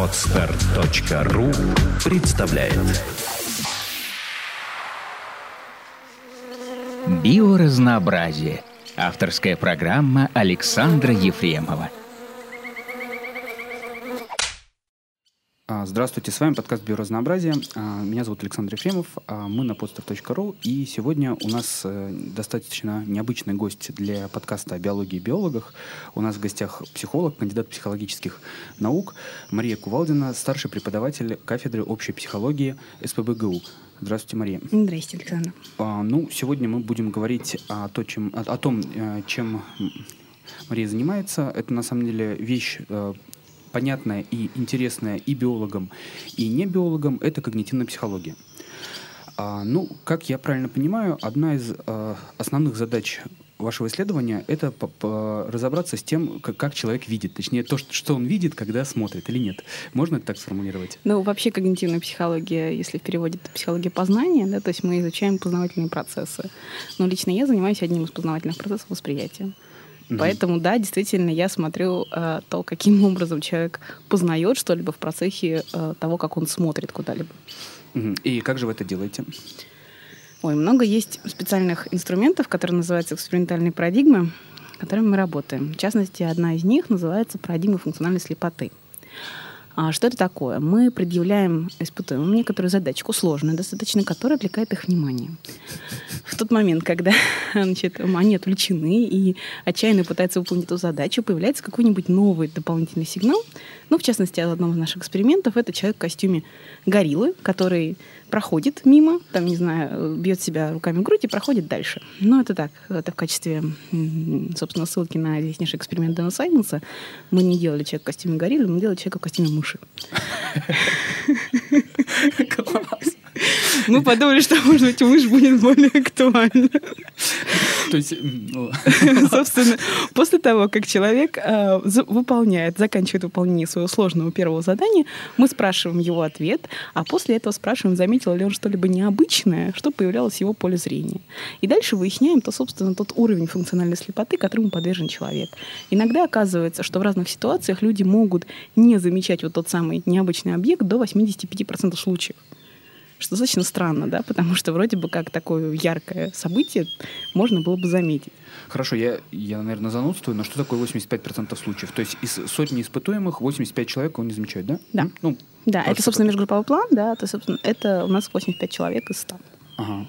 Podster.ru представляет «Биоразнообразие». Авторская программа Александра Ефремова. Здравствуйте, с вами подкаст «Биоразнообразие». Меня зовут Александр Ефремов, мы на podster.ru, и сегодня у нас достаточно необычный гость для подкаста о биологии и биологах. У нас в гостях психолог, кандидат психологических наук Мария Кувалдина, старший преподаватель кафедры общей психологии СПбГУ. Здравствуйте, Мария. Здравствуйте, Александр. Сегодня мы будем говорить о том, чем Мария занимается. Это, на самом деле, вещь понятная и интересная и биологам, и не биологам, это когнитивная психология. Как я правильно понимаю, одна из основных задач вашего исследования — это разобраться с тем, как человек видит, точнее, то, что он видит, когда смотрит, или нет. Можно это так сформулировать? Вообще когнитивная психология, если в переводе, это психология познания, да, то есть мы изучаем познавательные процессы. Но лично я занимаюсь одним из познавательных процессов — восприятия. Поэтому, да, действительно, я смотрю то, каким образом человек познает что-либо в процессе того, как он смотрит куда-либо. И как же вы это делаете? Много есть специальных инструментов, которые называются экспериментальные парадигмы, которыми мы работаем. В частности, одна из них называется парадигма функциональной слепоты. Что это такое? Мы предъявляем испытуемым некоторую задачку, сложную достаточно, которая отвлекает их внимание. В тот момент, когда они отвлечены и отчаянно пытаются выполнить эту задачу, появляется какой-нибудь новый дополнительный сигнал. В частности, в одном из наших экспериментов это человек в костюме гориллы, который проходит мимо, бьет себя руками в грудь и проходит дальше. Это так, это в качестве, собственно, ссылки на известнейший эксперимент Дэна Саймонса. Мы не делали человека в костюме гориллы, мы делали человека в костюме мыши. Класс! Мы подумали, что, может быть, мышь будет более актуальна. То есть, собственно, после того, как человек заканчивает выполнение своего сложного первого задания, мы спрашиваем его ответ, а после этого спрашиваем, заметил ли он что-либо необычное, что появлялось в его поле зрения. И дальше выясняем, собственно, тот уровень функциональной слепоты, которому подвержен человек. Иногда оказывается, что в разных ситуациях люди могут не замечать тот самый необычный объект до 85% случаев. Что достаточно странно, да, потому что вроде бы как такое яркое событие можно было бы заметить. Хорошо, я, наверное, занудствую, но что такое 85% случаев? То есть из сотни испытуемых 85 человек его не замечают, да? Да. Да, это, собственно, межгрупповой план, да, собственно, это у нас 85 человек из 100. Ага.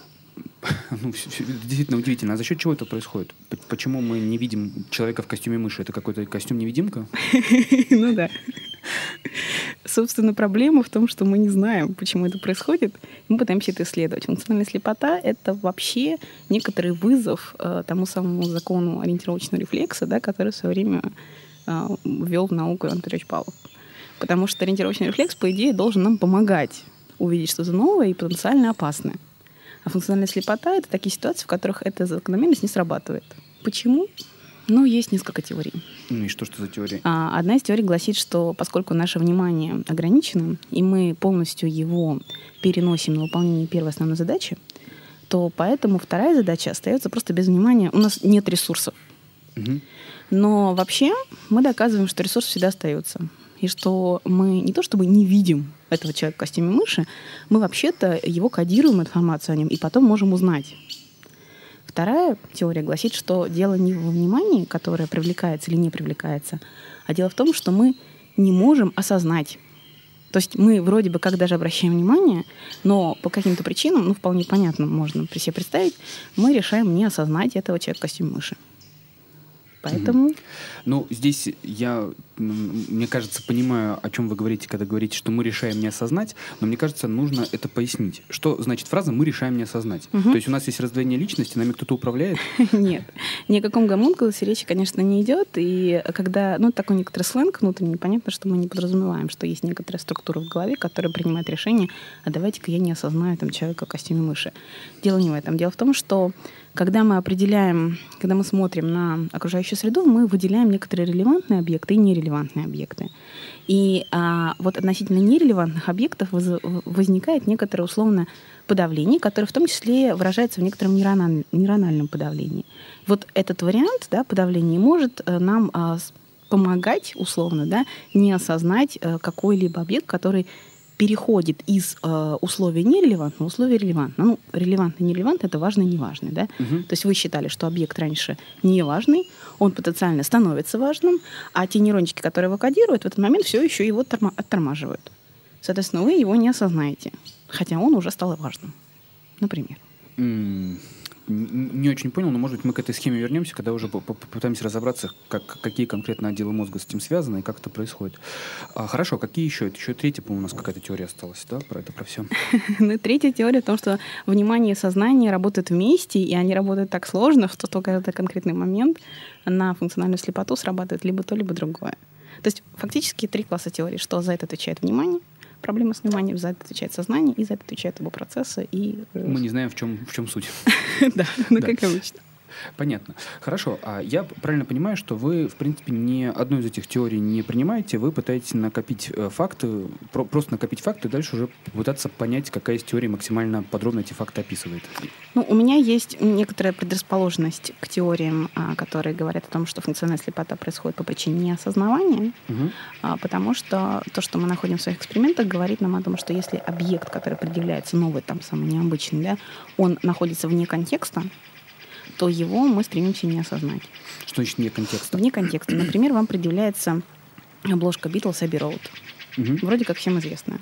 Действительно удивительно. А за счет чего это происходит? Почему мы не видим человека в костюме мыши? Это какой-то костюм-невидимка? Да. Собственно, проблема в том, что мы не знаем, почему это происходит. Мы пытаемся это исследовать. Функциональная слепота — это вообще некоторый вызов тому самому закону ориентировочного рефлекса, да, который в свое время ввел в науку Иван Петрович Павлов. Потому что ориентировочный рефлекс, по идее, должен нам помогать увидеть что-то новое и потенциально опасное. А функциональная слепота — это такие ситуации, в которых эта закономерность не срабатывает. Почему? Есть несколько теорий. И что за теории? Одна из теорий гласит, что поскольку наше внимание ограничено, и мы полностью его переносим на выполнение первой основной задачи, то поэтому вторая задача остается просто без внимания. У нас нет ресурсов. Угу. Но вообще мы доказываем, что ресурс всегда остается. И что мы не то чтобы не видим этого человека в костюме мыши, мы вообще-то его кодируем, информацию о нем, и потом можем узнать. Вторая теория гласит, что дело не во внимании, которое привлекается или не привлекается, а дело в том, что мы не можем осознать. То есть мы вроде бы как даже обращаем внимание, но по каким-то причинам, вполне понятно, можно себе представить, мы решаем не осознать этого человека в костюме мыши. Поэтому... Здесь я, мне кажется, понимаю, о чем вы говорите, когда говорите, что мы решаем не осознать, но мне кажется, нужно это пояснить. Что значит фраза «мы решаем не осознать»? То есть у нас есть раздвоение личности, нами кто-то управляет? Нет. Ни о каком гомункулусе речи, конечно, не идет. И когда, такой некоторый сленг внутренний, понятно, что мы не подразумеваем, что есть некоторая структура в голове, которая принимает решение, а давайте-ка я не осознаю человека в костюме мыши. Дело не в этом. Дело в том, что когда мы смотрим на окружающую среду, мы выделяем некоторые релевантные объекты и нерелевантные объекты. И относительно нерелевантных объектов возникает некоторое условное подавление, которое в том числе выражается в некотором нейрональном подавлении. Этот вариант, да, подавления может нам помогать, условно, да, не осознать какой-либо объект, который переходит из условия нерелевантного в условия релевантного. Ну, релевантный, нерелевантный — это важный, неважный, да? То есть вы считали, что объект раньше неважный, он потенциально становится важным, а те нейрончики, которые его кодируют, в этот момент все еще его оттормаживают. Соответственно, вы его не осознаете, хотя он уже стал важным, например. Не очень понял, но, может быть, мы к этой схеме вернемся, когда уже попытаемся разобраться, какие конкретно отделы мозга с этим связаны и как это происходит. Хорошо, какие еще? Это еще третья, по-моему, у нас какая-то теория осталась, да, про это, про все? Третья теория в том, что внимание и сознание работают вместе, и они работают так сложно, что только этот конкретный момент на функциональную слепоту срабатывает либо то, либо другое. То есть фактически 3 класса теорий, что за это отвечает внимание, проблема с вниманием, за это отвечает сознание, и за это отвечают его процессы. И... Мы не знаем, в чем суть. Да, как обычно. Понятно. Хорошо. А я правильно понимаю, что вы, в принципе, ни одну из этих теорий не принимаете, вы пытаетесь накопить факты, просто накопить факты, и дальше уже пытаться понять, какая из теорий максимально подробно эти факты описывает. Ну, у меня есть некоторая предрасположенность к теориям, которые говорят о том, что функциональная слепота происходит по причине неосознавания, потому что то, что мы находим в своих экспериментах, говорит нам о том, что если объект, который предъявляется новый, там, самый необычный, да, он находится вне контекста, то его мы стремимся не осознать. Что значит вне контекста? Вне контекста. Например, вам предъявляется обложка Beatles Abbey Road. Вроде как всем известная.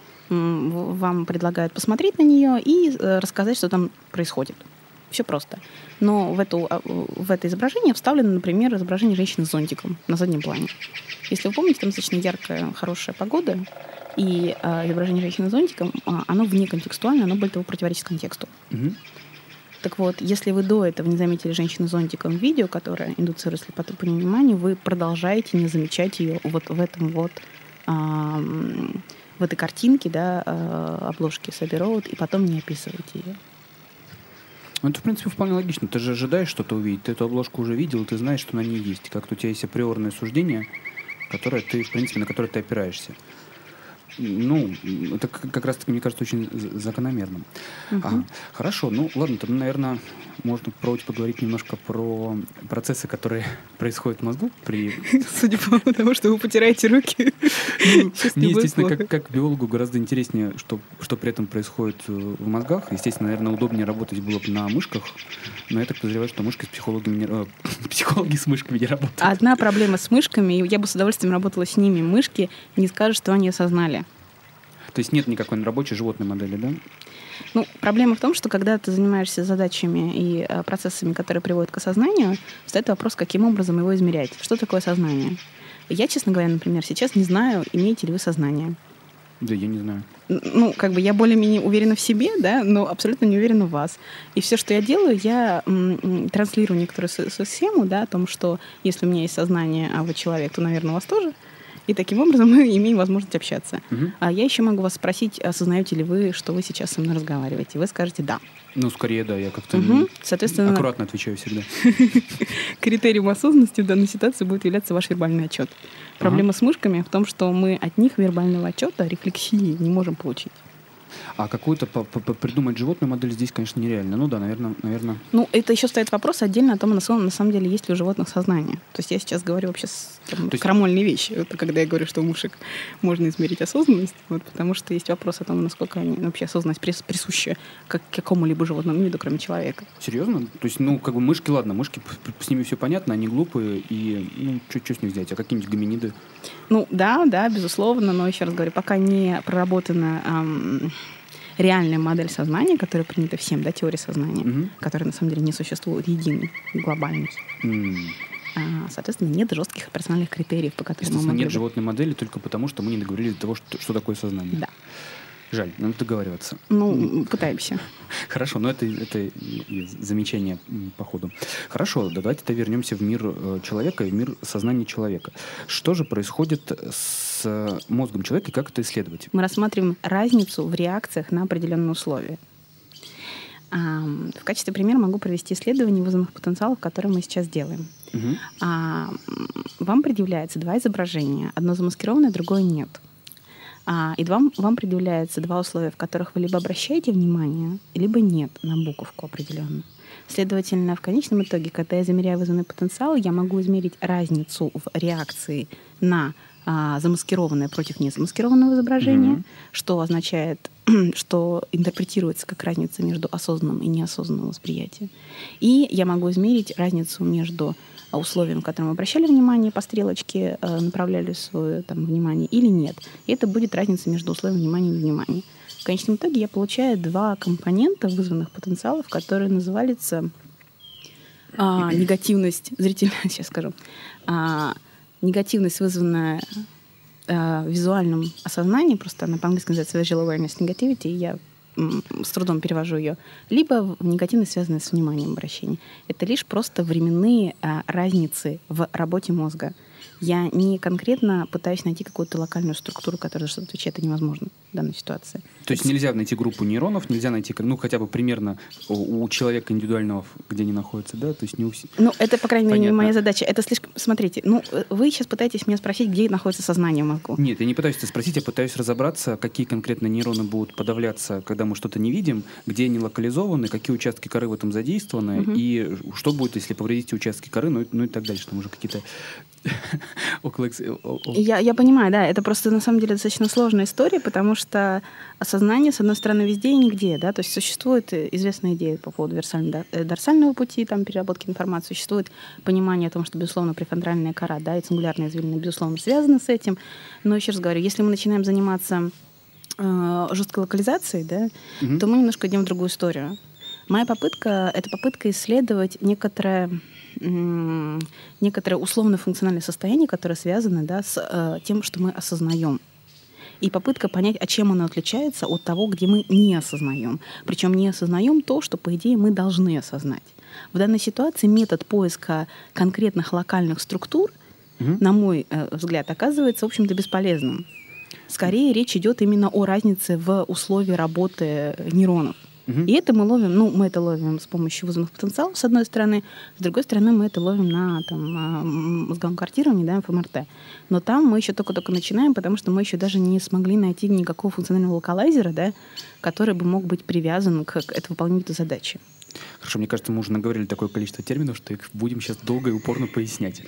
Вам предлагают посмотреть на нее и рассказать, что там происходит. Все просто. Но в это изображение вставлено, например, изображение женщины с зонтиком на заднем плане. Если вы помните, там достаточно яркая, хорошая погода, и изображение женщины с зонтиком, оно вне контекстуально, оно более того противоречит контексту. Так вот, если вы до этого не заметили женщину с зонтиком в видео, которая индуцирует слепоту по невниманию, вы продолжаете не замечать ее вот в этом вот, в этой картинке, да, обложки Abbey Road, и потом не описываете ее. Ну, это, в принципе, вполне логично. Ты же ожидаешь что-то увидеть. Ты эту обложку уже видел, ты знаешь, что на ней есть. Как-то у тебя есть априорное суждение, которое ты, в принципе, на которое ты опираешься. Ну, это как раз-таки, мне кажется, очень закономерным. Хорошо, ну ладно, тогда, наверное, можно попробовать поговорить немножко про процессы, которые происходят в мозгу при... Судя по тому, что вы потираете руки. Мне, естественно, как биологу гораздо интереснее, что при этом происходит в мозгах. Естественно, наверное, удобнее работать было бы на мышках, но я так подозреваю, что мышки с психологи с мышками не работают. Одна проблема с мышками, и я бы с удовольствием работала с ними. Мышки не скажут, что они осознали. То есть нет никакой рабочей животной модели, да? Ну, проблема в том, что когда ты занимаешься задачами и процессами, которые приводят к осознанию, встает вопрос, каким образом его измерять. Что такое сознание? Я, честно говоря, например, сейчас не знаю, имеете ли вы сознание. Да, я не знаю. Ну, как бы я более-менее уверена в себе, да, но абсолютно не уверена в вас. И все, что я делаю, я транслирую некоторую схему, да, о том, что если у меня есть сознание, а вы человек, то, наверное, у вас тоже. И таким образом мы имеем возможность общаться. А я еще могу вас спросить, осознаете ли вы, что вы сейчас со мной разговариваете? Вы скажете «да». Ну, скорее, да. Я как-то соответственно, аккуратно отвечаю всегда. Критерием осознанности в данной ситуации будет являться ваш вербальный отчет. Проблема с мышками в том, что мы от них вербального отчета, рефлексии не можем получить. А какую-то придумать животную модель здесь, конечно, нереально. Ну да, наверное. Ну, это еще стоит вопрос отдельно о том, на самом деле, есть ли у животных сознание. То есть я сейчас говорю вообще крамольные вещи. Это когда я говорю, что у мышек можно измерить осознанность, вот, потому что есть вопрос о том, насколько они вообще осознанность присуща какому-либо животному виду, кроме человека. Серьезно? То есть, ну, как бы мышки, ладно, мышки, с ними все понятно, они глупые, и, ну, что с них взять? А какие-нибудь гоминиды? Ну, да, безусловно, но еще раз говорю, пока не проработана реальная модель сознания, которая принята всем, да, теория сознания, которая на самом деле не существует единой, глобальной. Соответственно, нет жестких персональных критериев, по которым мы могли... Нет животной модели только потому, что мы не договорились до того, что такое сознание. Да. Жаль, надо договариваться. Ну, пытаемся. Хорошо, но это замечание по ходу. Хорошо, давайте вернемся в мир человека и в мир сознания человека. Что же происходит с мозгом человека и как это исследовать? Мы рассматриваем разницу в реакциях на определенные условия. В качестве примера могу привести исследование вызовных потенциалов, которые мы сейчас делаем. Вам предъявляется 2 изображения. Одно замаскированное, другое нет. И вам предъявляется 2 условия, в которых вы либо обращаете внимание, либо нет на буковку определенную. Следовательно, в конечном итоге, когда я замеряю вызванный потенциал, я могу измерить разницу в реакции на замаскированное против незамаскированного изображения, что означает, что интерпретируется как разница между осознанным и неосознанным восприятием. И я могу измерить разницу между условием, к которому обращали внимание по стрелочке, направляли свое внимание или нет. И это будет разница между условием внимания и невнимания. В конечном итоге я получаю два компонента вызванных потенциалов, которые называются негативность зрительная, сейчас скажу, негативность, вызванная визуальным осознанием, просто она по-английски называется visual awareness negativity, и я с трудом перевожу ее, либо негативность, связанная с вниманием обращения. Это лишь просто временные разницы в работе мозга. Я не конкретно пытаюсь найти какую-то локальную структуру, которая за что-то отвечает, это невозможно в данной ситуации. То есть нельзя найти группу нейронов, нельзя найти, хотя бы примерно у человека индивидуального, где они находятся, да? То есть не у всех. Это, по крайней мере, не моя задача. Это слишком... Смотрите, вы сейчас пытаетесь меня спросить, где находится сознание в мозгу. Нет, я не пытаюсь это спросить, я пытаюсь разобраться, какие конкретно нейроны будут подавляться, когда мы что-то не видим, где они локализованы, какие участки коры в этом задействованы, и что будет, если повредить участки коры, и так дальше. Там уже какие-то... Я понимаю, да, это просто на самом деле достаточно сложная история, потому что осознание, с одной стороны, везде и нигде, да, то есть существует известная идея по поводу дорсального пути, переработки информации, существует понимание о том, что, безусловно, префронтальная кора, да, и цингулярная извилина, безусловно, связаны с этим, но еще раз говорю, если мы начинаем заниматься жесткой локализацией, да, то мы немножко идем в другую историю. Моя попытка — это попытка исследовать некоторое условно-функциональное состояние, которое связано, да, с тем, что мы осознаем. И попытка понять, чем оно отличается от того, где мы не осознаем. Причем не осознаем то, что, по идее, мы должны осознать. В данной ситуации метод поиска конкретных локальных структур, на мой взгляд, оказывается, в общем-то, бесполезным. Скорее, речь идет именно о разнице в условии работы нейронов. И это мы ловим с помощью вызванных потенциалов, с одной стороны, с другой стороны, мы это ловим на мозговом картировании, да, ФМРТ. Но там мы еще только начинаем, потому что мы еще даже не смогли найти никакого функционального локалайзера, да, который бы мог быть привязан к выполнению этой задачи. Хорошо, мне кажется, мы уже наговорили такое количество терминов, что их будем сейчас долго и упорно пояснять.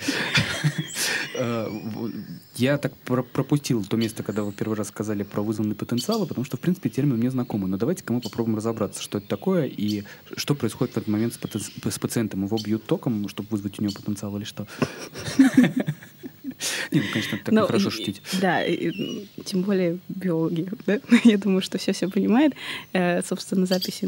Я так пропустил то место, когда вы первый раз сказали про вызванные потенциалы, потому что, в принципе, термин мне знакомый. Но давайте-ка мы попробуем разобраться, что это такое и что происходит в этот момент с пациентом. Его бьют током, чтобы вызвать у него потенциал, или что? Нет, конечно, так нехорошо шутить. Да, тем более биологи. Да? Я думаю, что все понимают. Собственно, запись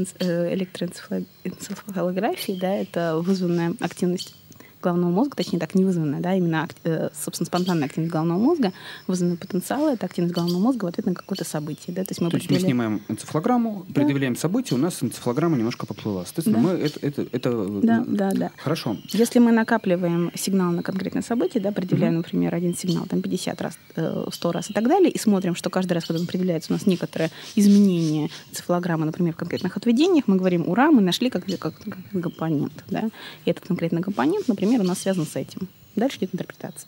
электроэнцефалографии, да, это вызванная активность головного мозга, точнее так, не вызванная, да, именно, собственно, спонтанная активность головного мозга, вызванный потенциал — это активность головного мозга в ответ на какое-то событие. Да? То есть мы снимаем энцефалограмму, предъявляем событие, у нас энцефалограмма немножко поплыла. Соответственно, Да. Хорошо. Если мы накапливаем сигнал на конкретное событие, да, предъявляем, например, один сигнал 50 раз, 100 раз и так далее, и смотрим, что каждый раз, когда он предъявляется, у нас некоторое изменение энцефалограммы, например, в конкретных отведениях, мы говорим: ура, мы нашли как компонент. Да? И этот конкретный компонент, например, у нас связан с этим. Дальше идет интерпретация.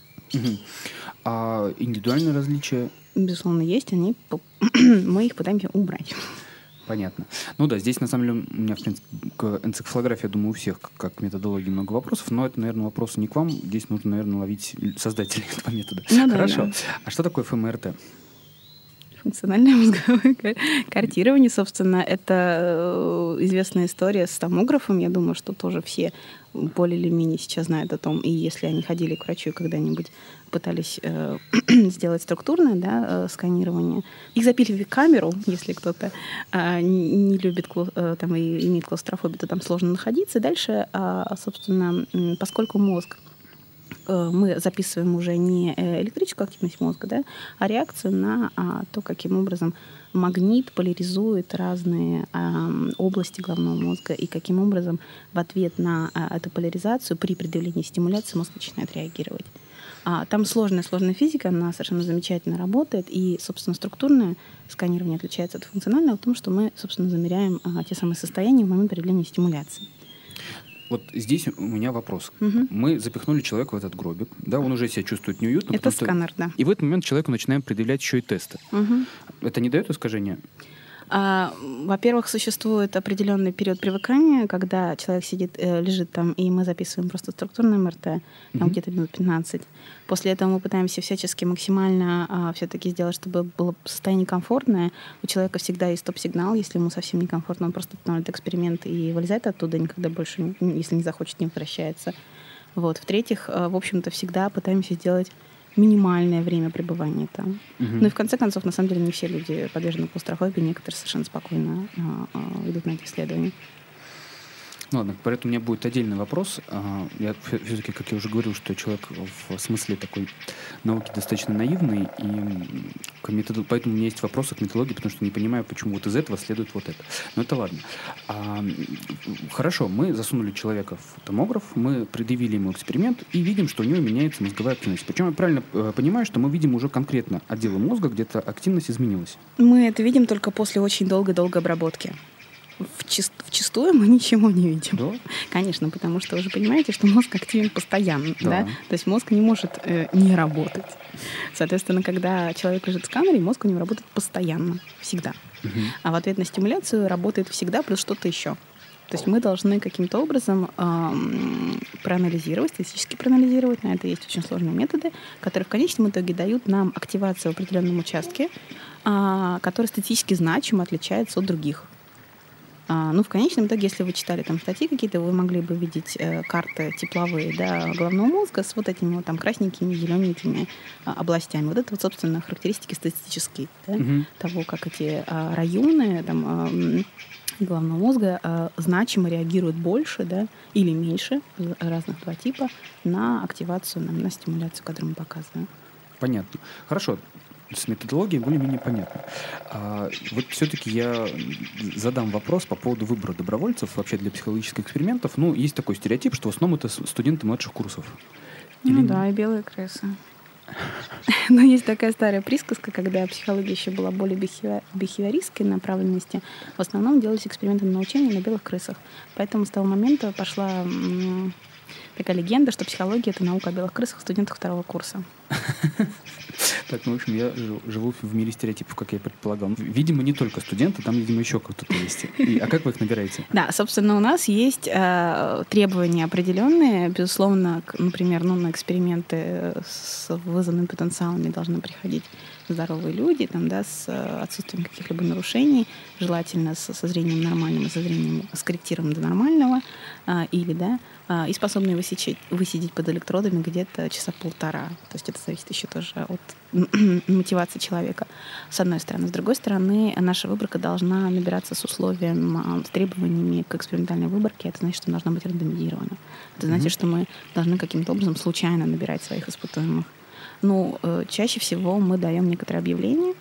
А индивидуальные различия? Безусловно, есть. Мы их пытаемся убрать. Понятно. Здесь, на самом деле, у меня, в принципе, к энцефалографии, я думаю, у всех, как к методологии, много вопросов, но это, наверное, вопросы не к вам. Здесь нужно, наверное, ловить создателей этого метода. Хорошо. Да. А что такое ФМРТ? Функциональное мозговое картирование, собственно, это известная история с томографом. Я думаю, что тоже все более или менее сейчас знают о том, и если они ходили к врачу и когда-нибудь пытались сделать структурное, да, сканирование. Их запили в камеру, если кто-то не любит и имеет клаустрофобию, то там сложно находиться. Дальше, собственно, поскольку мозг, мы записываем уже не электрическую активность мозга, да, а реакцию на то, каким образом магнит поляризует разные области головного мозга и каким образом в ответ на эту поляризацию при предъявлении стимуляции мозг начинает реагировать. Там сложная физика, она совершенно замечательно работает, и, собственно, структурное сканирование отличается от функционального в том, что мы, собственно, замеряем те самые состояния в момент предъявления стимуляции. Вот здесь у меня вопрос. Мы запихнули человека в этот гробик, да, он уже себя чувствует неуютно. Это сканер, да. И в этот момент человеку начинаем предъявлять еще и тесты. Это не дает искажения? Во-первых, существует определенный период привыкания, когда человек сидит, лежит там, и мы записываем просто структурное МРТ, там где-то минут 15. После этого мы пытаемся всячески максимально все-таки сделать, чтобы было состояние комфортное. У человека всегда есть стоп-сигнал, если ему совсем некомфортно, он просто останавливает эксперимент и вылезает оттуда, никогда больше, если не захочет, не возвращается. Вот. В-третьих, в общем-то, всегда пытаемся сделать минимальное время пребывания там. Ну и в конце концов, на самом деле, не все люди подвержены клаустрофобии, некоторые совершенно спокойно идут на эти исследования. Ну ладно, поэтому у меня будет отдельный вопрос. Я все-таки, как я уже говорил, что человек в смысле такой науки достаточно наивный, и к методу, поэтому у меня есть вопросы к методологии, потому что не понимаю, почему вот из этого следует вот это. Но это ладно. Хорошо, мы засунули человека в томограф, мы предъявили ему эксперимент и видим, что у него меняется мозговая активность. Причем я правильно понимаю, что мы видим уже конкретно отделы мозга, где-то активность изменилась. Мы это видим только после очень долгой-долгой обработки. Вчистую мы ничего не видим. Да? Конечно, потому что вы же понимаете, что мозг активен постоянно. Да. Да? То есть мозг не может не работать. Соответственно, когда человек лежит в сканере, мозг у него работает постоянно, всегда. А в ответ на стимуляцию работает всегда плюс что-то еще. То есть мы должны каким-то образом проанализировать, статистически проанализировать. На это есть очень сложные методы, которые в конечном итоге дают нам активацию в определенном участке, который статистически значимо отличается от других. Ну, в конечном итоге, если вы читали там статьи какие-то, вы могли бы видеть карты тепловые, да, головного мозга с вот этими вот там красненькими, зелененькими областями. Вот это вот, собственно, характеристики статистические, да, того, как эти районы там, головного мозга значимо реагируют больше, да, или меньше, разных два типа, на активацию, на стимуляцию, которую мы показываем. Понятно. Хорошо. С методологией более-менее понятно. Вот все-таки я задам вопрос по поводу выбора добровольцев вообще для психологических экспериментов. Ну, есть такой стереотип, что в основном это студенты младших курсов. Ну да, и белые крысы. Но есть такая старая присказка, когда психология еще была более бихевиористской направленности. В основном делались эксперименты на научении на белых крысах. Поэтому с того момента пошла такая легенда, что психология — это наука о белых крысах студентов второго курса. Так, ну, в общем, я живу в мире стереотипов, как я предполагал. Видимо, не только студенты, там, видимо, еще кто-то есть. А как вы их набираете? Да, собственно, у нас есть требования определенные. Безусловно, например, на эксперименты с вызванными потенциалами должны приходить здоровые люди, там, да, с отсутствием каких-либо нарушений, желательно со зрением нормальным, со зрением скорректированным до нормального, или, да, и способные высидеть под электродами где-то часа полтора. То есть это зависит еще тоже от мотивации человека, с одной стороны. С другой стороны, наша выборка должна набираться с условием, с требованиями к экспериментальной выборке. Это значит, что она должна быть рандомизирована. Это значит, что мы должны каким-то образом случайно набирать своих испытуемых. Ну, чаще всего мы даем некоторые объявления,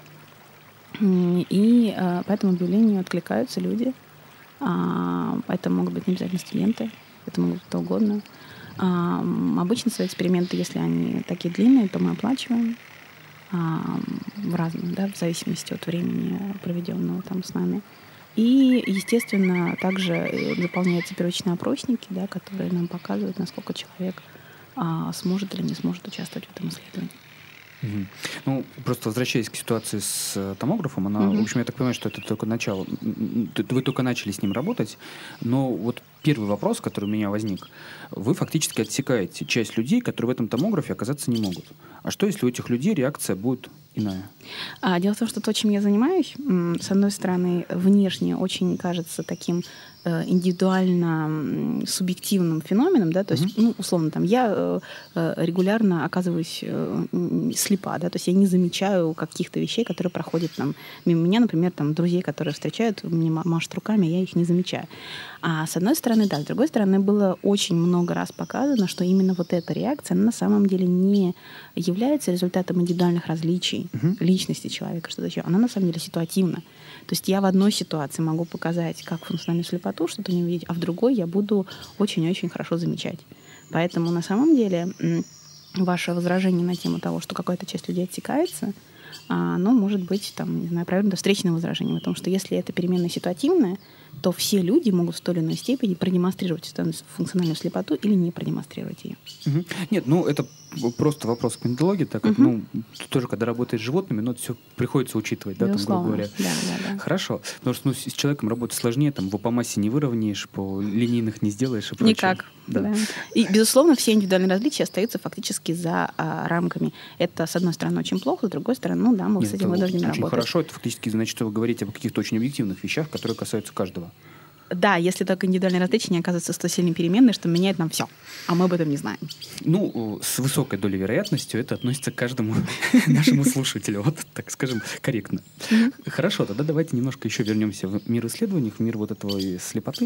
и по этому объявлению откликаются люди. Это могут быть не обязательно студенты, это могут быть кто угодно. Обычно свои эксперименты, если они такие длинные, то мы оплачиваем в разном, да, в зависимости от времени, проведенного там с нами. И, естественно, также заполняются первичные опросники, да, которые нам показывают, насколько человек сможет или не сможет участвовать в этом исследовании. Ну, просто возвращаясь к ситуации с томографом, она, в общем, я так понимаю, что это только начало. Вы только начали с ним работать, но вот первый вопрос, который у меня возник, вы фактически отсекаете часть людей, которые в этом томографе оказаться не могут. А что, если у этих людей реакция будет иная? Дело в том, что то, чем я занимаюсь, с одной стороны, внешне очень кажется таким индивидуально субъективным феноменом, да, то есть, ну, условно, там, я регулярно оказываюсь слепа, да, то есть я не замечаю каких-то вещей, которые проходят там мимо меня, например, там, друзей, которые встречают, мне машут руками, я их не замечаю. А с одной стороны, да, с другой стороны, было очень много раз показано, что именно вот эта реакция, она на самом деле не является результатом индивидуальных различий личности человека, что-то еще. Она на самом деле ситуативна. То есть я в одной ситуации могу показать, как функциональную слепоту, что-то не увидеть, а в другой я буду очень-очень хорошо замечать. Поэтому на самом деле ваше возражение на тему того, что какая-то часть людей отсекается, оно может быть, там, не знаю, правильно, встречным возражением о том, что если это переменная ситуативная, то все люди могут в той или иной степени продемонстрировать эту функциональную слепоту или не продемонстрировать ее. Нет, это просто вопрос к методологии, так как, ты тоже, когда работаешь с животными, это все приходится учитывать, да, там, грубо говоря. Да. Хорошо, потому что с человеком работать сложнее, там, по массе не выровняешь, по линейных не сделаешь и прочее. Никак. Да. И, безусловно, все индивидуальные различия остаются фактически за рамками. Это, с одной стороны, очень плохо, с другой стороны, мы с этим вынуждены работать. Очень хорошо, это фактически значит, что вы говорите о каких-то очень объективных вещах, которые касаются каждого. Да, если только индивидуальные различия не оказываются столь сильной переменной, что меняет нам все, а мы об этом не знаем. С высокой долей вероятностью это относится к каждому нашему слушателю, вот так скажем, корректно. Хорошо, тогда давайте немножко еще вернемся в мир исследований, в мир вот этого слепоты.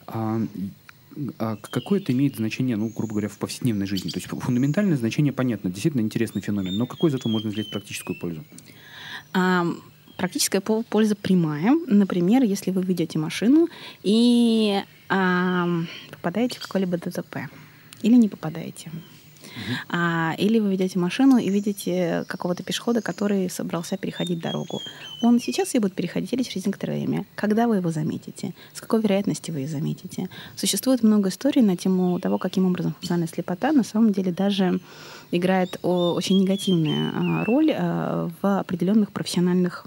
Какое это имеет значение, грубо говоря, в повседневной жизни? То есть фундаментальное значение понятно, действительно интересный феномен, но какой из этого можно взять практическую пользу? Практическая польза прямая. Например, если вы ведете машину и попадаете в какое-либо ДТП. Или не попадаете. Или вы ведете машину и видите какого-то пешехода, который собрался переходить дорогу. Он сейчас ее будет переходить или через некоторое время? Когда вы его заметите? С какой вероятностью вы ее заметите? Существует много историй на тему того, каким образом функциональная слепота на самом деле даже играет очень негативную роль в определенных профессиональных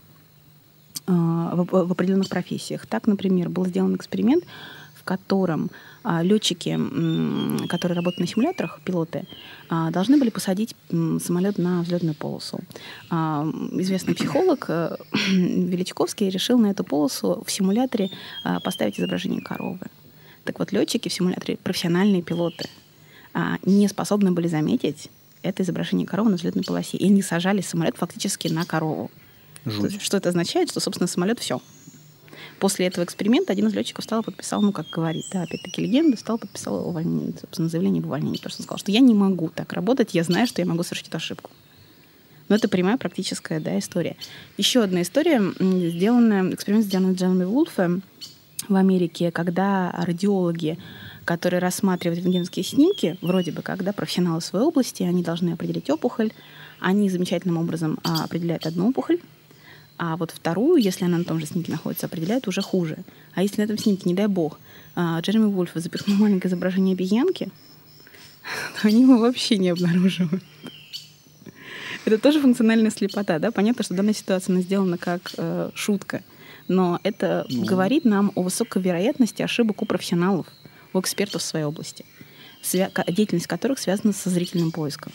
в определенных профессиях. Так, например, был сделан эксперимент, в котором летчики, которые работают на симуляторах, пилоты, должны были посадить самолет на взлетную полосу. Известный психолог Величковский решил на эту полосу в симуляторе поставить изображение коровы. Так вот, летчики в симуляторе, профессиональные пилоты, не способны были заметить это изображение коровы на взлетной полосе и не сажали самолет фактически на корову. Что это означает? Что, собственно, самолет все. После этого эксперимента один из летчиков встал и подписал, как говорит, опять-таки легенда, подписал увольнение, собственно, заявление об увольнении, потому что он сказал, что я не могу так работать, я знаю, что я могу совершить эту ошибку. Но это прямая практическая история. Еще одна история, эксперимент сделанный Джоном Вулфом в Америке, когда радиологи, которые рассматривают рентгеновские снимки, вроде бы, когда профессионалы в своей области, они должны определить опухоль, они замечательным образом определяют одну опухоль, а вот вторую, если она на том же снимке находится, определяют уже хуже. А если на этом снимке, не дай бог, Джереми Вульф запихнул маленькое изображение обезьянки, то они его вообще не обнаруживают. Это тоже функциональная слепота, да? Понятно, что данная ситуация она сделана как шутка, но это говорит нам о высокой вероятности ошибок у профессионалов, у экспертов в своей области, деятельность которых связана со зрительным поиском.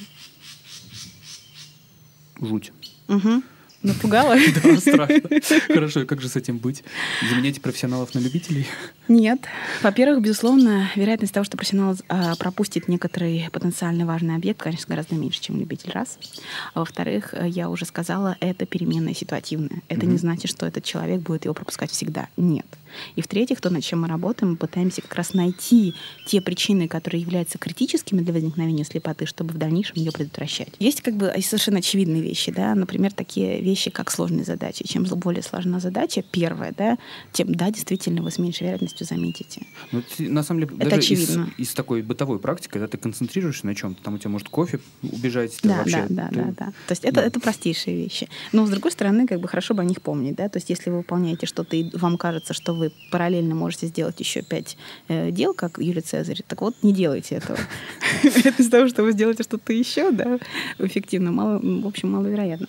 Жуть. Угу. Напугала? Да, страшно. Хорошо, и как же с этим быть? Заменять профессионалов на любителей? Нет. Во-первых, безусловно, вероятность того, что профессионал пропустит некоторый потенциально важный объект, конечно, гораздо меньше, чем любитель, раз. А во-вторых, я уже сказала, это переменная ситуативная. Это не значит, что этот человек будет его пропускать всегда. Нет. И в-третьих, то, над чем мы работаем, мы пытаемся как раз найти те причины, которые являются критическими для возникновения слепоты, чтобы в дальнейшем ее предотвращать. Есть совершенно очевидные вещи, да, например, такие вещи, как сложные задачи. Чем более сложна задача, первая, да, тем, действительно, вы с меньшей вероятностью заметите. На самом деле, это даже очевидно. Из такой бытовой практики, когда ты концентрируешься на чем-то, там у тебя может кофе убежать. Да. То есть это простейшие вещи. Но, с другой стороны, хорошо бы о них помнить, да, то есть если вы выполняете что-то, и вам кажется, что вы параллельно можете сделать еще 5 дел, как Юлий Цезарь, так вот, не делайте этого. Из-за того, что вы сделаете что-то еще, да, эффективно, маловероятно.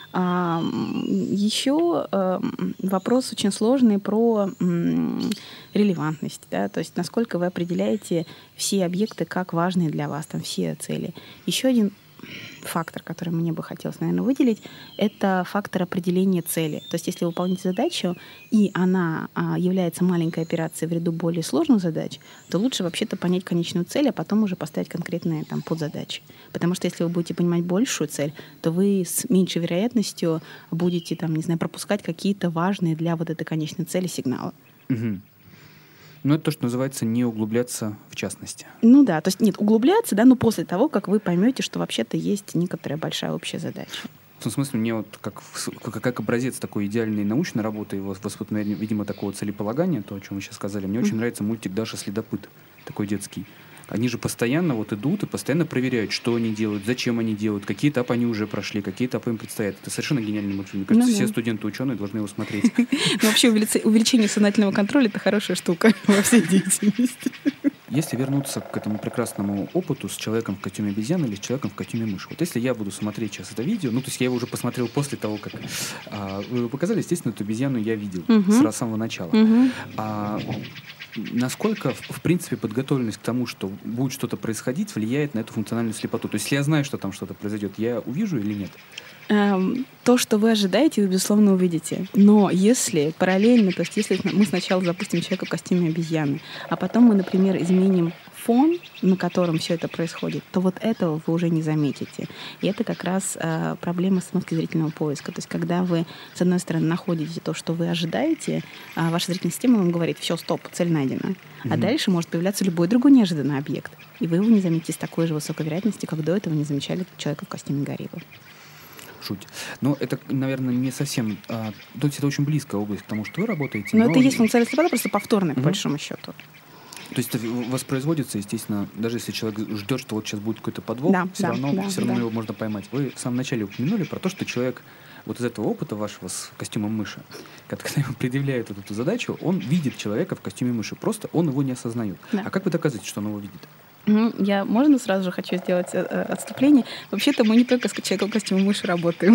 Еще вопрос очень сложный про релевантность, да, то есть насколько вы определяете все объекты как важные для вас, там, все цели. Еще один фактор, который мне бы хотелось, наверное, выделить, это фактор определения цели. То есть если вы выполняете задачу, и она является маленькой операцией в ряду более сложных задач, то лучше вообще-то понять конечную цель, а потом уже поставить конкретные подзадачи. Потому что если вы будете понимать большую цель, то вы с меньшей вероятностью будете пропускать какие-то важные для вот этой конечной цели сигналы. Угу. Это то, что называется не углубляться в частности. То есть нет, углубляться, да, но после того, как вы поймете, что вообще-то есть некоторая большая общая задача. В том смысле, мне как образец такой идеальной научной работы, видимо, такого целеполагания, то, о чем вы сейчас сказали, мне очень нравится мультик «Даша Следопыт», такой детский, Они же постоянно вот идут и постоянно проверяют, что они делают, зачем они делают, какие этапы они уже прошли, какие этапы им предстоят. Это совершенно гениальный мультфильм. Мне кажется, все студенты-ученые должны его смотреть. Вообще увеличение сознательного контроля — это хорошая штука во всей деятельности. Если вернуться к этому прекрасному опыту с человеком в костюме обезьяны или с человеком в костюме мыши. Вот если я буду смотреть сейчас это видео, ну, то есть я его уже посмотрел после того, как вы его показали, естественно, эту обезьяну я видел с самого начала. Насколько, в принципе, подготовленность к тому, что будет что-то происходить, влияет на эту функциональную слепоту? То есть если я знаю, что там что-то произойдет, я увижу или нет? То, что вы ожидаете, вы, безусловно, увидите. Но если параллельно, то есть если мы сначала запустим человека в костюме обезьяны, а потом мы, например, изменим фон, на котором все это происходит, то вот этого вы уже не заметите. И это как раз проблема остановки зрительного поиска. То есть когда вы, с одной стороны, находите то, что вы ожидаете, ваша зрительная система вам говорит: все, стоп, цель найдена. А дальше может появляться любой другой неожиданный объект. И вы его не заметите с такой же высокой вероятностью, как до этого не замечали человека в костюме гориллы. Шуть. Но это, наверное, не совсем... то есть это очень близкая область к тому, что вы работаете. Но это и есть функциональная слепота, просто повторная, по большому счету. То есть это воспроизводится, естественно, даже если человек ждет, что вот сейчас будет какой-то подвох, все равно его можно поймать. Вы в самом начале упомянули про то, что человек вот из этого опыта вашего с костюмом мыши, когда ему предъявляют вот эту задачу, он видит человека в костюме мыши, просто он его не осознает. Да. А как вы доказываете, что он его видит? Я, можно, сразу же хочу сделать отступление? Вообще-то мы не только с человеком в костюме мыши работаем.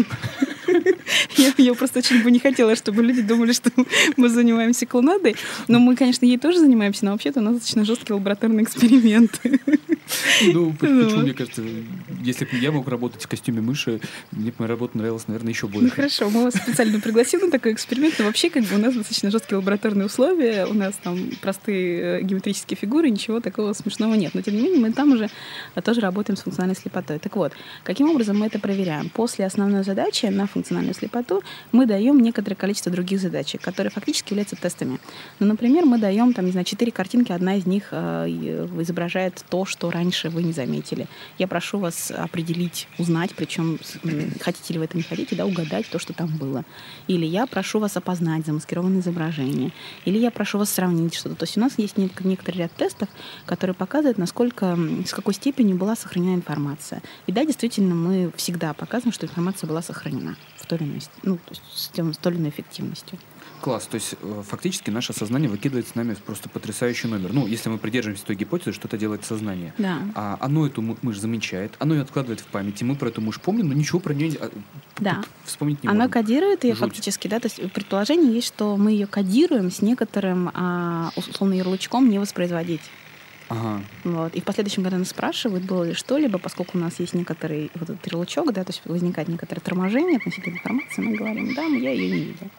Я просто очень бы не хотела, чтобы люди думали, что мы занимаемся клоунадой. Но мы, конечно, ей тоже занимаемся, но вообще-то у нас достаточно жесткие лабораторные эксперименты. Ну, почему, мне кажется, если бы я мог работать в костюме мыши, мне бы моя работа нравилась, наверное, еще больше. Ну, хорошо, мы вас специально пригласим на такой эксперимент, но вообще как бы у нас достаточно жесткие лабораторные условия, у нас там простые геометрические фигуры, ничего такого смешного нет. Но, тем не менее, мы там уже тоже работаем с функциональной слепотой. Так вот, каким образом мы это проверяем? После основной задачи на функциональную слепоту мы даем некоторое количество других задачек, которые фактически являются тестами. Ну, например, мы даем, там, не знаю, 4 картинки, одна из них изображает то, что раньше вы не заметили. Я прошу вас определить, узнать, причем хотите ли вы это, не хотите, да, угадать то, что там было. Или я прошу вас опознать замаскированное изображение. Или я прошу вас сравнить что-то. То есть у нас есть некоторый ряд тестов, которые показывают, с какой степенью была сохранена информация. И да, действительно, мы всегда показываем, что информация была сохранена в той или иной, с той или иной эффективностью. Класс. То есть фактически наше сознание выкидывает с нами просто потрясающий номер. Ну, если мы придерживаемся той гипотезы, что это делает сознание. Да. А оно эту мышь замечает, оно ее откладывает в памяти. Мы про эту мышь помним, но ничего про нее вспомнить не можем. Она кодирует ее фактически, да, то есть предположение есть, что мы ее кодируем с некоторым условно ярлычком «не воспроизводить». Ага. Вот. И в последующем, когда нас спрашивают, было ли что-либо, поскольку у нас есть некоторый вот этот ярлычок, да, то есть возникает некоторое торможение относительно информации, мы говорим: да, я ее не видел.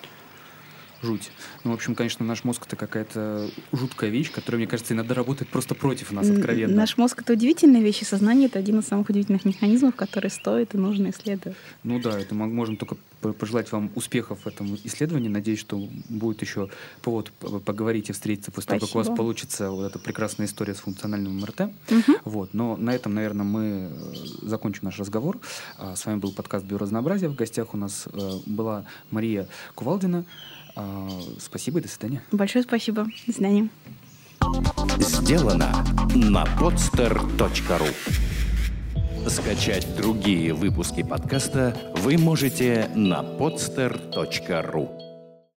Жуть. Ну, в общем, конечно, наш мозг — это какая-то жуткая вещь, которая, мне кажется, иногда работает просто против нас, откровенно. Наш мозг — это удивительная вещь, и сознание — это один из самых удивительных механизмов, которые стоит и нужно исследовать. Ну да, это мы можем только пожелать вам успехов в этом исследовании. Надеюсь, что будет еще повод поговорить и встретиться после того, как у вас получится вот эта прекрасная история с функциональным МРТ. Вот. Но на этом, наверное, мы закончим наш разговор. С вами был подкаст «Биоразнообразие». В гостях у нас была Мария Кувалдина. Спасибо и до свидания. Большое спасибо. До свидания. Сделано на podster.ru. Скачать другие выпуски подкаста вы можете на podster.ru.